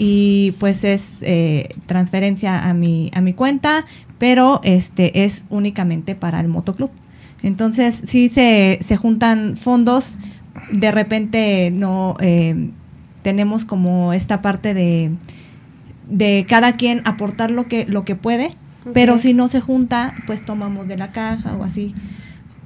y pues es eh, transferencia a mi, a mi cuenta, pero este es únicamente para el motoclub. Entonces sí se, se juntan fondos, de repente no eh, tenemos como esta parte de, de cada quien aportar lo que, lo que puede, okay. pero si no se junta, pues tomamos de la caja o así.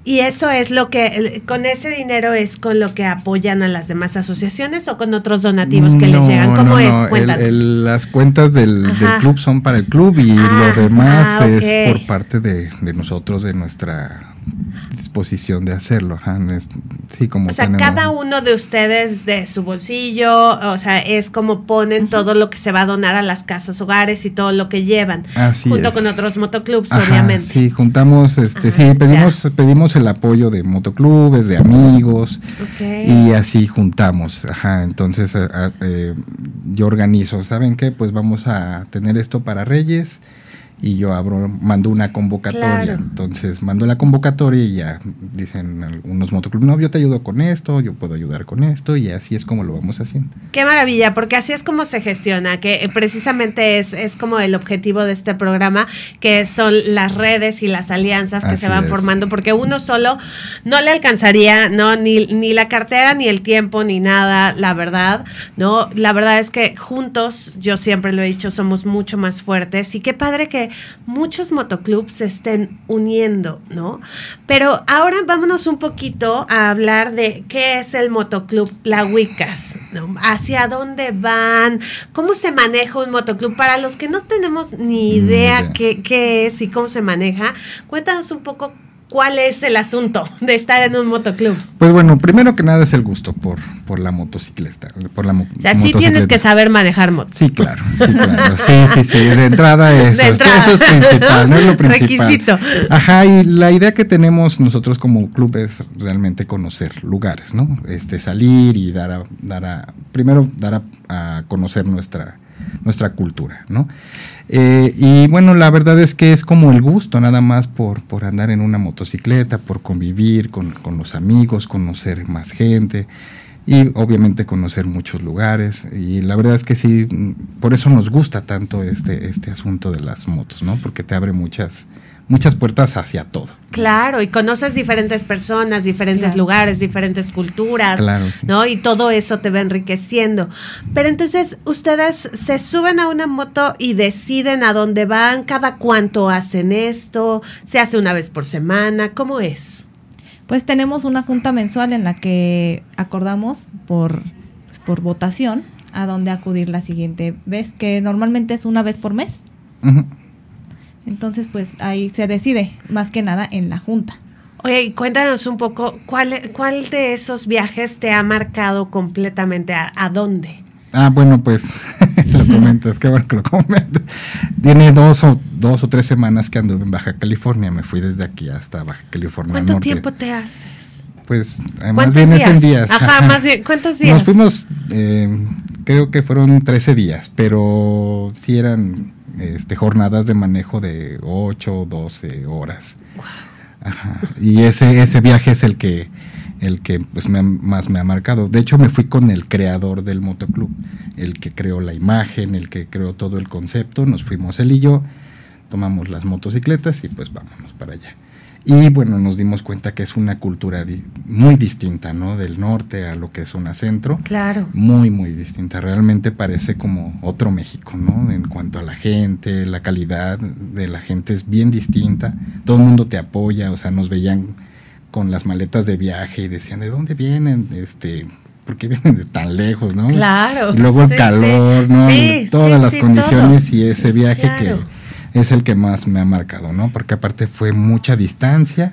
Y eso es lo que, con ese dinero es con lo que apoyan a las demás asociaciones o con otros donativos que no, les llegan. ¿Cómo no, es? No. Cuéntanos. El, el, las cuentas del, del club son para el club y ah, lo demás ah, okay. es por parte de, de nosotros, de nuestra disposición de hacerlo. Ajá, es, sí, como o sea, tenemos, cada uno de ustedes de su bolsillo, o sea, es como ponen uh-huh. todo lo que se va a donar a las casas hogares y todo lo que llevan. Así junto es. con otros motoclubs, Ajá, obviamente. Sí, juntamos, este, Ajá, sí, pedimos, pedimos el apoyo de motoclubes, de amigos, okay. y así juntamos. Ajá, entonces a, a, eh, yo organizo, ¿saben qué? Pues vamos a tener esto para Reyes. Y yo abro, mando una convocatoria, claro. entonces mando la convocatoria y ya dicen algunos motoclubs, no, yo te ayudo con esto, yo puedo ayudar con esto, y así es como lo vamos haciendo. Qué maravilla, porque así es como se gestiona, que precisamente es, es como el objetivo de este programa, que son las redes y las alianzas que así se van es. formando, porque uno solo no le alcanzaría, no, ni, ni la cartera, ni el tiempo, ni nada, la verdad, ¿no? La verdad es que juntos, yo siempre lo he dicho, somos mucho más fuertes, y qué padre que muchos motoclubs se estén uniendo, ¿no? Pero ahora vámonos un poquito a hablar de qué es el motoclub Tlahuicas, ¿no? ¿Hacia dónde van? ¿Cómo se maneja un motoclub? Para los que no tenemos ni idea, idea. Qué, qué es y cómo se maneja, cuéntanos un poco ¿cuál es el asunto de estar en un motoclub? Pues bueno, primero que nada es el gusto por, por la motocicleta, por la mo- O sea, sí tienes que saber manejar moto. Sí, claro, sí, claro, sí, sí, sí, de entrada eso, de entrada. eso es principal, no es lo principal. Requisito. Ajá, y la idea que tenemos nosotros como club es realmente conocer lugares, ¿no? Este, salir y dar a, dar a, primero dar a, a conocer nuestra, nuestra cultura, ¿no? Eh, y bueno, la verdad es que es como el gusto nada más por, por andar en una motocicleta, por convivir con, con los amigos, conocer más gente y obviamente conocer muchos lugares, y la verdad es que sí, por eso nos gusta tanto este, este asunto de las motos, ¿no? Porque te abre muchas, muchas puertas hacia todo. Claro, y conoces diferentes personas, diferentes claro. lugares, diferentes culturas, Claro, sí. ¿no? Y todo eso te va enriqueciendo. Pero entonces, ¿ustedes se suben a una moto y deciden a dónde van? ¿Cada cuánto hacen esto? ¿Se hace una vez por semana? ¿Cómo es? Pues tenemos una junta mensual en la que acordamos por, pues, por votación a dónde acudir la siguiente vez, que normalmente es una vez por mes. Uh-huh. Entonces, pues ahí se decide, más que nada en la junta. Oye, cuéntanos un poco, ¿cuál, cuál de esos viajes te ha marcado completamente? ¿A, a dónde? Ah, bueno, pues lo comentas, qué bueno que lo comentas. Tiene dos o, dos o tres semanas que anduve en Baja California, me fui desde aquí hasta Baja California ¿Cuánto Norte. tiempo te haces? Pues eh, más bien días? es en días. Ajá, Ajá. más bien, ¿cuántos días? Nos fuimos, eh, creo que fueron trece días, pero sí eran este, jornadas de manejo de ocho o doce horas. Wow. Ajá. Y ese, ese viaje es el que, el que pues me, más me ha marcado. De hecho, me fui con el creador del motoclub, el que creó la imagen, el que creó todo el concepto. Nos fuimos él y yo, tomamos las motocicletas y pues vámonos para allá. Y bueno, nos dimos cuenta que es una cultura di- muy distinta, ¿no? Del norte a lo que es zona centro. Claro. Muy, muy distinta. Realmente parece como otro México, ¿no? En cuanto a la gente, la calidad de la gente es bien distinta. Todo el mundo te apoya, o sea, nos veían con las maletas de viaje y decían, ¿de dónde vienen? Este, ¿por qué vienen de tan lejos, no? Claro. Y luego el Sí, calor, sí. ¿no? Sí, Todas sí, las sí, condiciones todo. y ese viaje Claro. que es el que más me ha marcado, ¿no? Porque aparte fue mucha distancia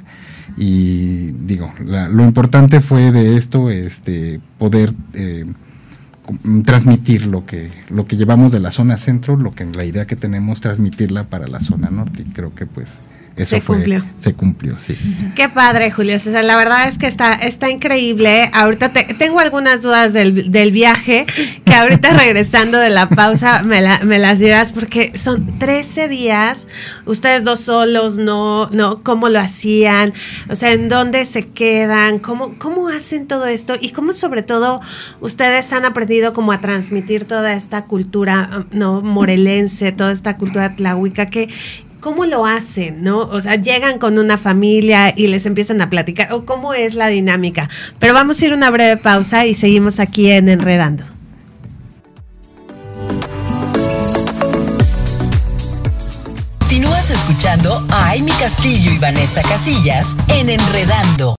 y digo, la, lo importante fue de esto, este, poder eh, transmitir lo que lo que llevamos de la zona centro, lo que la idea que tenemos transmitirla para la zona norte, y creo que pues eso Se fue, cumplió. se cumplió, sí. Qué padre, Julio. O sea, la verdad es que está, está increíble. Ahorita te, tengo algunas dudas del, del viaje, que ahorita regresando de la pausa me, la, me las dirás, porque son trece días, ustedes dos solos, ¿no? ¿no? ¿Cómo lo hacían? O sea, ¿en dónde se quedan? ¿Cómo, cómo hacen todo esto? Y cómo sobre todo ustedes han aprendido como a transmitir toda esta cultura, ¿no? Morelense, toda esta cultura tlahuica, que ¿cómo lo hacen, no? O sea, llegan con una familia y les empiezan a platicar, o cómo es la dinámica. Pero vamos a ir a una breve pausa y seguimos aquí en Enredando. Continúas escuchando escuchando a Aimee Castillo y Vanessa Casillas en Enredando.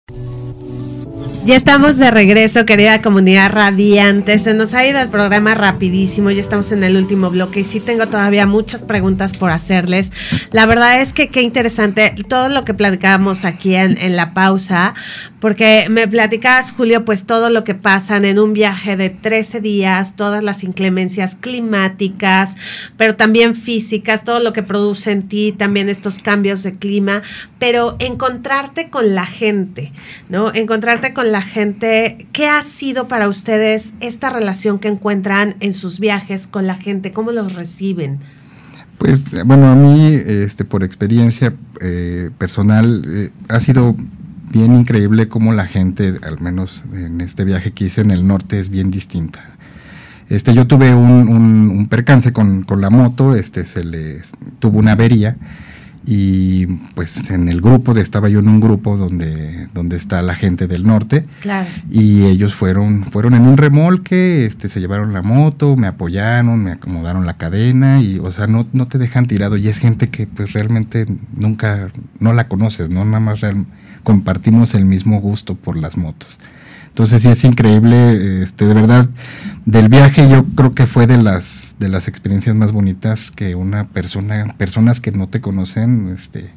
Ya estamos de regreso, querida comunidad radiante. Se nos ha ido el programa rapidísimo, ya estamos en el último bloque y sí tengo todavía muchas preguntas por hacerles. La verdad es que qué interesante todo lo que platicábamos aquí en, en la pausa, porque me platicabas, Julio, pues todo lo que pasan en un viaje de trece días, todas las inclemencias climáticas, pero también físicas, todo lo que produce en ti, también estos cambios de clima, pero encontrarte con la gente, ¿no? Encontrarte con la gente. ¿Qué ha sido para ustedes esta relación que encuentran en sus viajes con la gente? ¿Cómo los reciben? Pues, bueno, a mí, este, por experiencia eh, personal, eh, ha sido bien increíble cómo la gente, al menos en este viaje que hice en el norte, es bien distinta. Este, yo tuve un, un, un percance con, con la moto, este, se le tuvo una avería. Y pues en el grupo, de, estaba yo en un grupo donde, donde está la gente del norte. Claro. Y ellos fueron, fueron en un remolque, este, se llevaron la moto, me apoyaron, me acomodaron la cadena y, o sea, no, no te dejan tirado. Y es gente que pues realmente nunca, no la conoces, ¿no? Nada más real, compartimos el mismo gusto por las motos. Entonces sí es increíble, este, de verdad, del viaje yo creo que fue de las de las experiencias más bonitas que una persona, personas que no te conocen, este,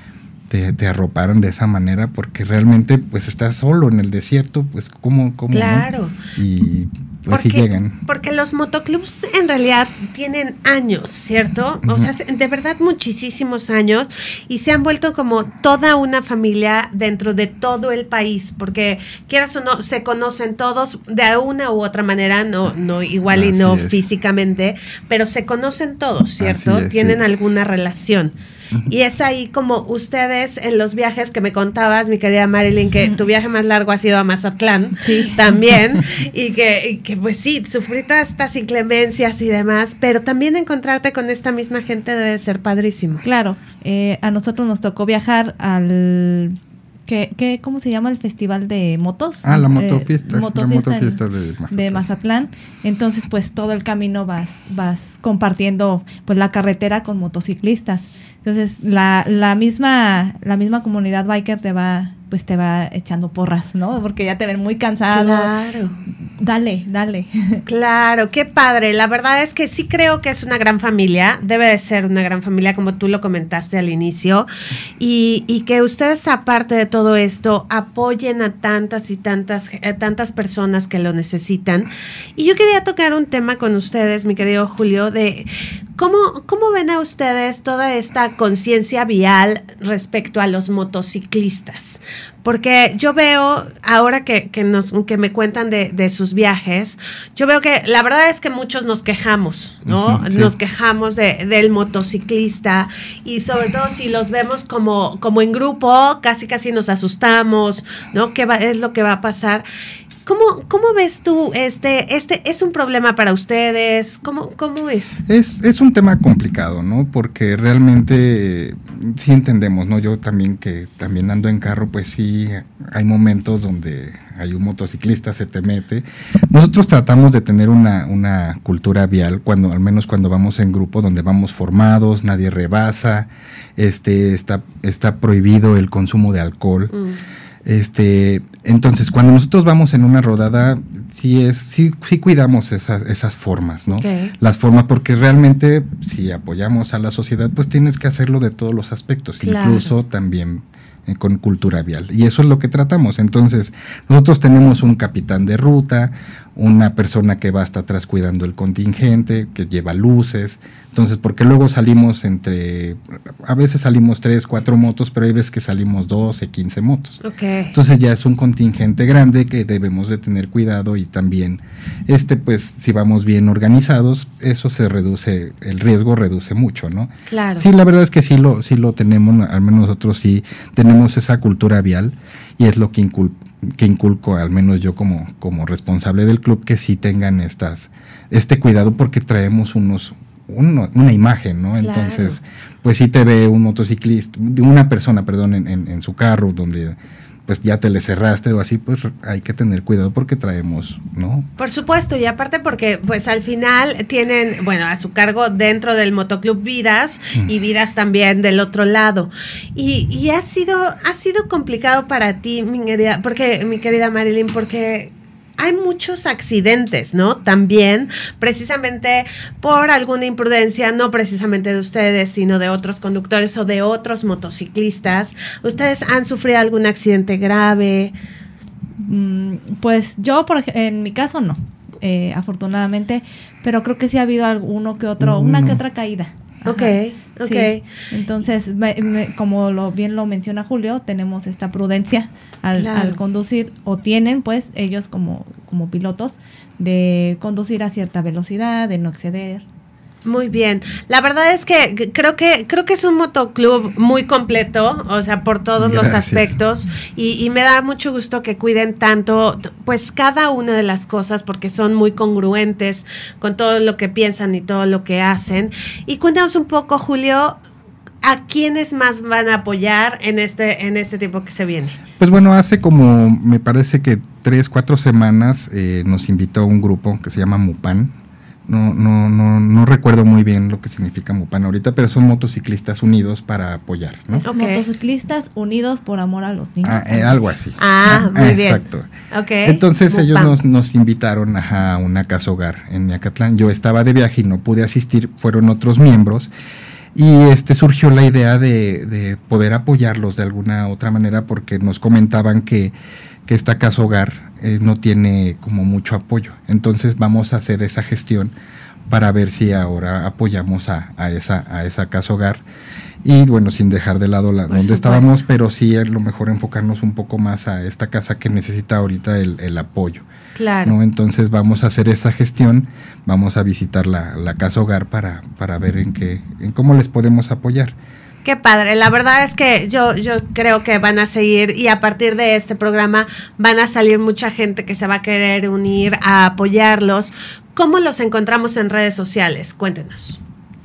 te, te arroparon de esa manera, porque realmente pues estás solo en el desierto, pues cómo, cómo, claro. ¿no? Y pues porque, sí llegan. Porque los motoclubs en realidad tienen años, ¿cierto? Uh-huh. O sea, de verdad muchísimos años, y se han vuelto como toda una familia dentro de todo el país, porque quieras o no, se conocen todos de una u otra manera, no, no igual Así y no es. físicamente, pero se conocen todos, ¿cierto? Es, tienen sí. alguna relación. Y es ahí como ustedes en los viajes que me contabas, mi querida Marilyn, que tu viaje más largo ha sido a Mazatlán, sí. también, y que, y que pues sí, sufrí todas estas inclemencias y demás, pero también encontrarte con esta misma gente debe ser padrísimo. Claro, eh, a nosotros nos tocó viajar al... ¿Qué, qué, ¿Cómo se llama el festival de motos? Ah, la motofiesta, eh, motofiesta la motofiesta de Mazatlán. de Mazatlán. Entonces, pues todo el camino vas, vas compartiendo pues la carretera con motociclistas. Entonces, la, la misma, la misma comunidad biker te va, pues te va echando porras, ¿no? Porque ya te ven muy cansado. Claro. Dale, dale. Claro, qué padre. La verdad es que sí creo que es una gran familia. Debe de ser una gran familia, como tú lo comentaste al inicio. Y, y que ustedes, aparte de todo esto, apoyen a tantas y tantas, a tantas personas que lo necesitan. Y yo quería tocar un tema con ustedes, mi querido Julio, de cómo, cómo ven a ustedes toda esta conciencia vial respecto a los motociclistas. Porque yo veo, ahora que, que, nos, que me cuentan de, de sus viajes, yo veo que la verdad es que muchos nos quejamos, ¿no? Uh-huh, sí. Nos quejamos de, del motociclista, y sobre todo si los vemos como, como en grupo, casi casi nos asustamos, ¿no? ¿Qué va, es lo que va a pasar? ¿Cómo, cómo ves tú este, este, es un problema para ustedes? ¿Cómo, cómo es? Es, es un tema complicado, ¿no? Porque realmente sí entendemos, ¿no? Yo también que también ando en carro, pues sí, hay momentos donde hay un motociclista, se te mete. Nosotros tratamos de tener una, una cultura vial, cuando, al menos cuando vamos en grupo, donde vamos formados, nadie rebasa, este, está, está prohibido el consumo de alcohol. Mm. Este, entonces cuando nosotros vamos en una rodada, sí es, sí, sí cuidamos esas, esas formas, ¿no? Okay. Las formas, porque realmente si apoyamos a la sociedad, pues tienes que hacerlo de todos los aspectos, claro. Incluso también eh, con cultura vial. Y eso es lo que tratamos. Entonces, nosotros tenemos un capitán de ruta, una persona que va hasta atrás cuidando el contingente, que lleva luces. Entonces, porque luego salimos entre, a veces salimos tres, cuatro motos, pero hay veces que salimos doce, quince motos. Okay. Entonces ya es un contingente grande que debemos de tener cuidado, y también, este, pues, si vamos bien organizados, eso se reduce, el riesgo reduce mucho, ¿no? Claro. Sí, la verdad es que sí lo, sí lo tenemos, al menos nosotros sí tenemos esa cultura vial, y es lo que inculpa. que inculco, al menos yo como, como responsable del club, que sí tengan estas, este cuidado, porque traemos unos, uno, una imagen, ¿no? Entonces, claro. Pues sí te ve un motociclista, una persona, perdón, en, en, en su carro, donde pues ya te le cerraste o así, pues hay que tener cuidado porque traemos, ¿no? Por supuesto, y aparte porque pues al final tienen, bueno, a su cargo dentro del motoclub vidas mm. y vidas también del otro lado. Y, y ha sido, ha sido complicado para ti, mi querida, porque, mi querida Marilyn, porque hay muchos accidentes, ¿no? También, precisamente por alguna imprudencia, no precisamente de ustedes, sino de otros conductores o de otros motociclistas. ¿Ustedes han sufrido algún accidente grave? Mm, pues yo, por, en mi caso, no, eh, afortunadamente, pero creo que sí ha habido alguno que otro, mm. una que otra caída. Ajá. Ok, ok. Sí. Entonces, me, me, como lo bien lo menciona Julio, tenemos esta prudencia al, claro. al conducir, o tienen pues ellos como, como pilotos, de conducir a cierta velocidad, de no exceder. Muy bien. La verdad es que creo que creo que es un motoclub muy completo, o sea, por todos Gracias. Los aspectos, y, y me da mucho gusto que cuiden tanto, pues cada una de las cosas, porque son muy congruentes con todo lo que piensan y todo lo que hacen. Y cuéntanos un poco, Julio, ¿a quiénes más van a apoyar en este en este tiempo que se viene? Pues bueno, hace como, me parece que tres, cuatro semanas eh, nos invitó un grupo que se llama MUPAN. No, no, no, no recuerdo muy bien lo que significa MUPAN ahorita, pero son motociclistas unidos para apoyar, ¿no? Okay. Motociclistas unidos por amor a los niños. Ah, eh, algo así. Ah, muy ah, bien. Exacto. Okay. Entonces MUPAN. ellos nos, nos invitaron a una casa hogar en Miacatlán. Yo estaba de viaje y no pude asistir, fueron otros miembros. Y este surgió la idea de, de poder apoyarlos de alguna otra manera, porque nos comentaban que que esta casa hogar eh, no tiene como mucho apoyo. Entonces vamos a hacer esa gestión para ver si ahora apoyamos a, a esa a esa casa hogar, y bueno, sin dejar de lado la, donde estábamos, pero sí a lo mejor enfocarnos un poco más a esta casa que necesita ahorita el, el apoyo. Claro. ¿No? Entonces vamos a hacer esa gestión, vamos a visitar la, la casa hogar para, para ver en qué, en cómo les podemos apoyar. Qué padre, la verdad es que yo, yo creo que van a seguir, y a partir de este programa van a salir mucha gente que se va a querer unir a apoyarlos. ¿Cómo los encontramos en redes sociales? Cuéntenos.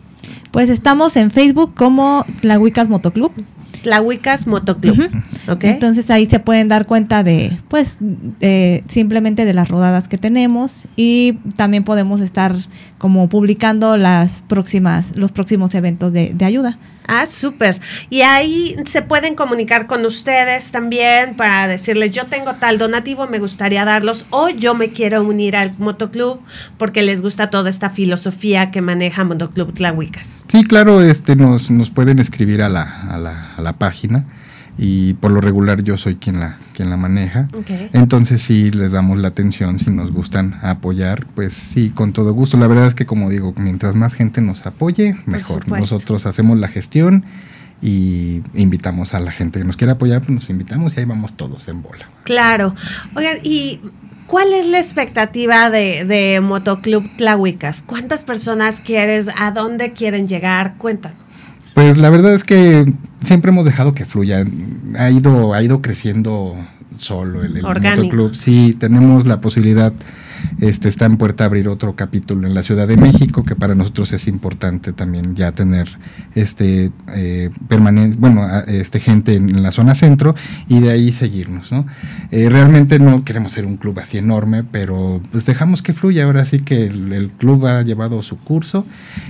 Pues estamos en Facebook como Tlahuicas Motoclub. Tlahuicas Motoclub. Uh-huh. Okay. Entonces ahí se pueden dar cuenta de, pues, eh, simplemente de las rodadas que tenemos, y también podemos estar como publicando las próximas, los próximos eventos de, de ayuda. Ah, súper. Y ahí se pueden comunicar con ustedes también para decirles, yo tengo tal donativo, me gustaría darlos, o yo me quiero unir al motoclub porque les gusta toda esta filosofía que maneja Motoclub Tlahuicas. Sí, claro, este nos, nos pueden escribir a la, a la, a la página, y por lo regular yo soy quien la quien la maneja. Okay. Entonces sí les damos la atención, si nos gustan apoyar, pues sí, con todo gusto. La verdad es que, como digo, mientras más gente nos apoye, mejor. Nosotros hacemos la gestión y invitamos a la gente que nos quiera apoyar, pues nos invitamos y ahí vamos todos en bola. Claro. Oigan, y ¿cuál es la expectativa de, de Motoclub Tlahuicas? ¿Cuántas personas quieres? ¿A dónde quieren llegar? Cuéntanos. Pues la verdad es que siempre hemos dejado que fluya. Ha ido, ha ido creciendo solo el, el motoclub. Sí, tenemos la posibilidad, este, está en puerta abrir otro capítulo en la Ciudad de México, que para nosotros es importante también ya tener este eh, permanente, bueno, este gente en, en la zona centro, y de ahí seguirnos, ¿no? Eh, realmente no queremos ser un club así enorme, pero pues dejamos que fluya. Ahora sí que el, el club ha llevado su curso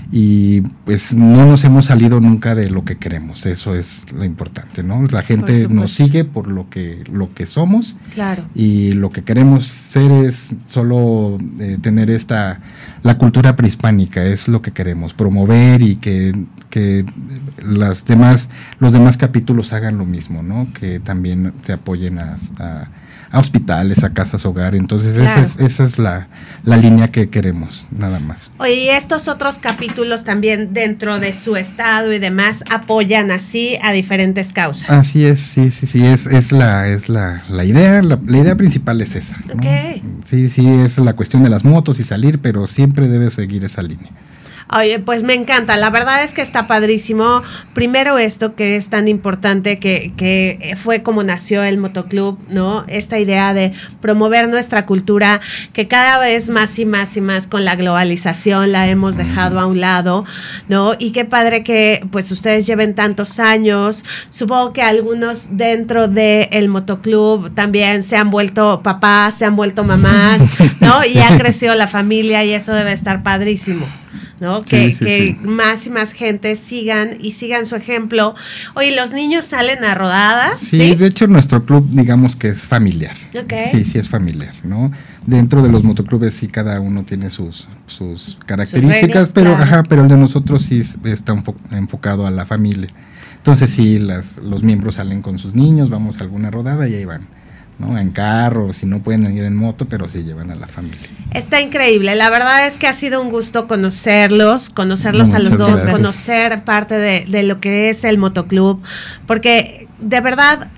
y pues no nos hemos salido nunca de lo que queremos. Eso es lo importante, ¿no? La gente nos sigue por lo que lo que somos. Claro. Y lo que queremos ser es solo eh, tener esta la cultura prehispánica, es lo que queremos promover, y que que las demás los demás capítulos hagan lo mismo, ¿no? Que también se apoyen a, a a hospitales, a casas hogar. Entonces claro. esa es, esa es la, la línea que queremos, nada más. Oye, y estos otros capítulos también dentro de su estado y demás apoyan así a diferentes causas. Así es, sí, sí, sí, es, es la, es la, la idea, la, la idea principal es esa, ¿no? Okay. Sí, sí, es la cuestión de las motos y salir, pero siempre debe seguir esa línea. Oye, pues me encanta, la verdad es que está padrísimo. Primero esto que es tan importante, que, que fue como nació el motoclub, ¿no? Esta idea de promover nuestra cultura, que cada vez más y más y más con la globalización la hemos dejado a un lado, ¿no? Y qué padre que pues ustedes lleven tantos años. Supongo que algunos dentro del motoclub también se han vuelto papás, se han vuelto mamás, ¿no? Y ha crecido la familia y eso debe estar padrísimo, ¿no? Sí, que sí, que sí. más y más gente sigan y sigan su ejemplo. Oye, ¿los niños salen a rodadas? Sí, Sí, de hecho nuestro club digamos que es familiar. Ok. Sí, sí es familiar, ¿no? Dentro de los motoclubes sí cada uno tiene sus, sus características, reglas, pero claro. ajá, pero el de nosotros sí es- está enfo- enfocado a la familia. Entonces sí, las, los miembros salen con sus niños, vamos a alguna rodada y ahí van, ¿no? En carro, si no pueden ir en moto, pero sí llevan a la familia. está increíble. La verdad es que ha sido un gusto conocerlos, conocerlos a los Muchas dos, gracias. conocer parte de, de lo que es el motoclub, porque de verdad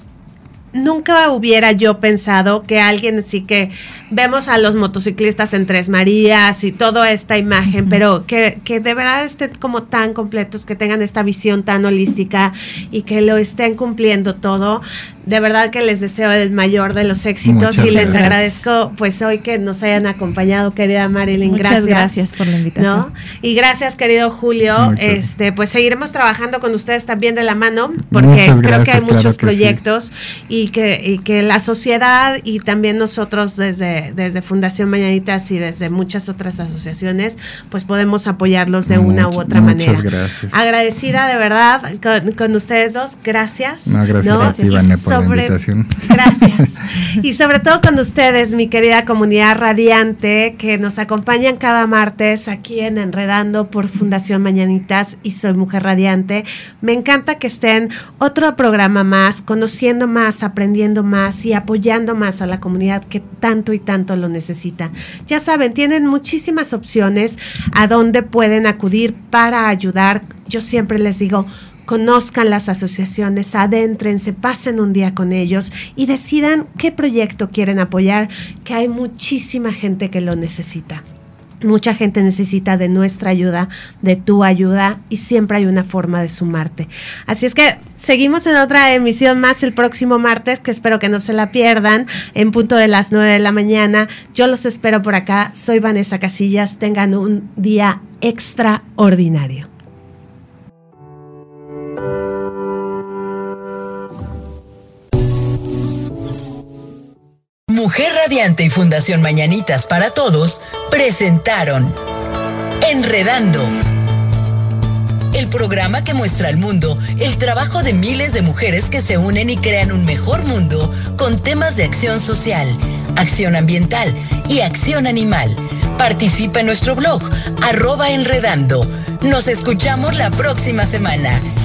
nunca hubiera yo pensado que alguien así que vemos a los motociclistas en Tres Marías y toda esta imagen, pero que, que de verdad estén como tan completos, que tengan esta visión tan holística y que lo estén cumpliendo todo. De verdad que les deseo el mayor de los éxitos. Muchas Y les gracias. agradezco pues hoy que nos hayan acompañado, querida Marilyn. Muchas Gracias. gracias por la invitación. ¿No? Y gracias, querido Julio. Muchas. Este, pues seguiremos trabajando con ustedes también de la mano, porque Muchas creo que gracias, hay claro muchos que sí. proyectos y que, y que la sociedad y también nosotros desde, desde Fundación Mañanitas y desde muchas otras asociaciones, pues podemos apoyarlos de una u Much- otra muchas manera. gracias. Agradecida de verdad con, con ustedes dos. Gracias. No, gracias a ti, Y Vane, por la sobre- invitación. Gracias. Y sobre todo con ustedes, mi querida comunidad radiante, que nos acompañan cada martes aquí en Enredando por Fundación Mañanitas y Soy Mujer Radiante. Me encanta que estén otro programa más, conociendo más, aprendiendo más y apoyando más a la comunidad que tanto y tanto lo necesita. Ya saben, tienen muchísimas opciones a donde pueden acudir para ayudar. Yo siempre les digo, conozcan las asociaciones, adéntrense, pasen un día con ellos y decidan qué proyecto quieren apoyar, que hay muchísima gente que lo necesita. Mucha gente necesita de nuestra ayuda, de tu ayuda, y siempre hay una forma de sumarte. Así es que seguimos en otra emisión más el próximo martes, que espero que no se la pierdan, en punto de las nueve de la mañana. Yo los espero por acá. Soy Vanessa Casillas. Tengan un día extraordinario. Mujer Radiante y Fundación Mañanitas para Todos presentaron Enredando, el programa que muestra al mundo el trabajo de miles de mujeres que se unen y crean un mejor mundo con temas de acción social, acción ambiental y acción animal. Participa en nuestro blog, arroba Enredando. Nos escuchamos la próxima semana.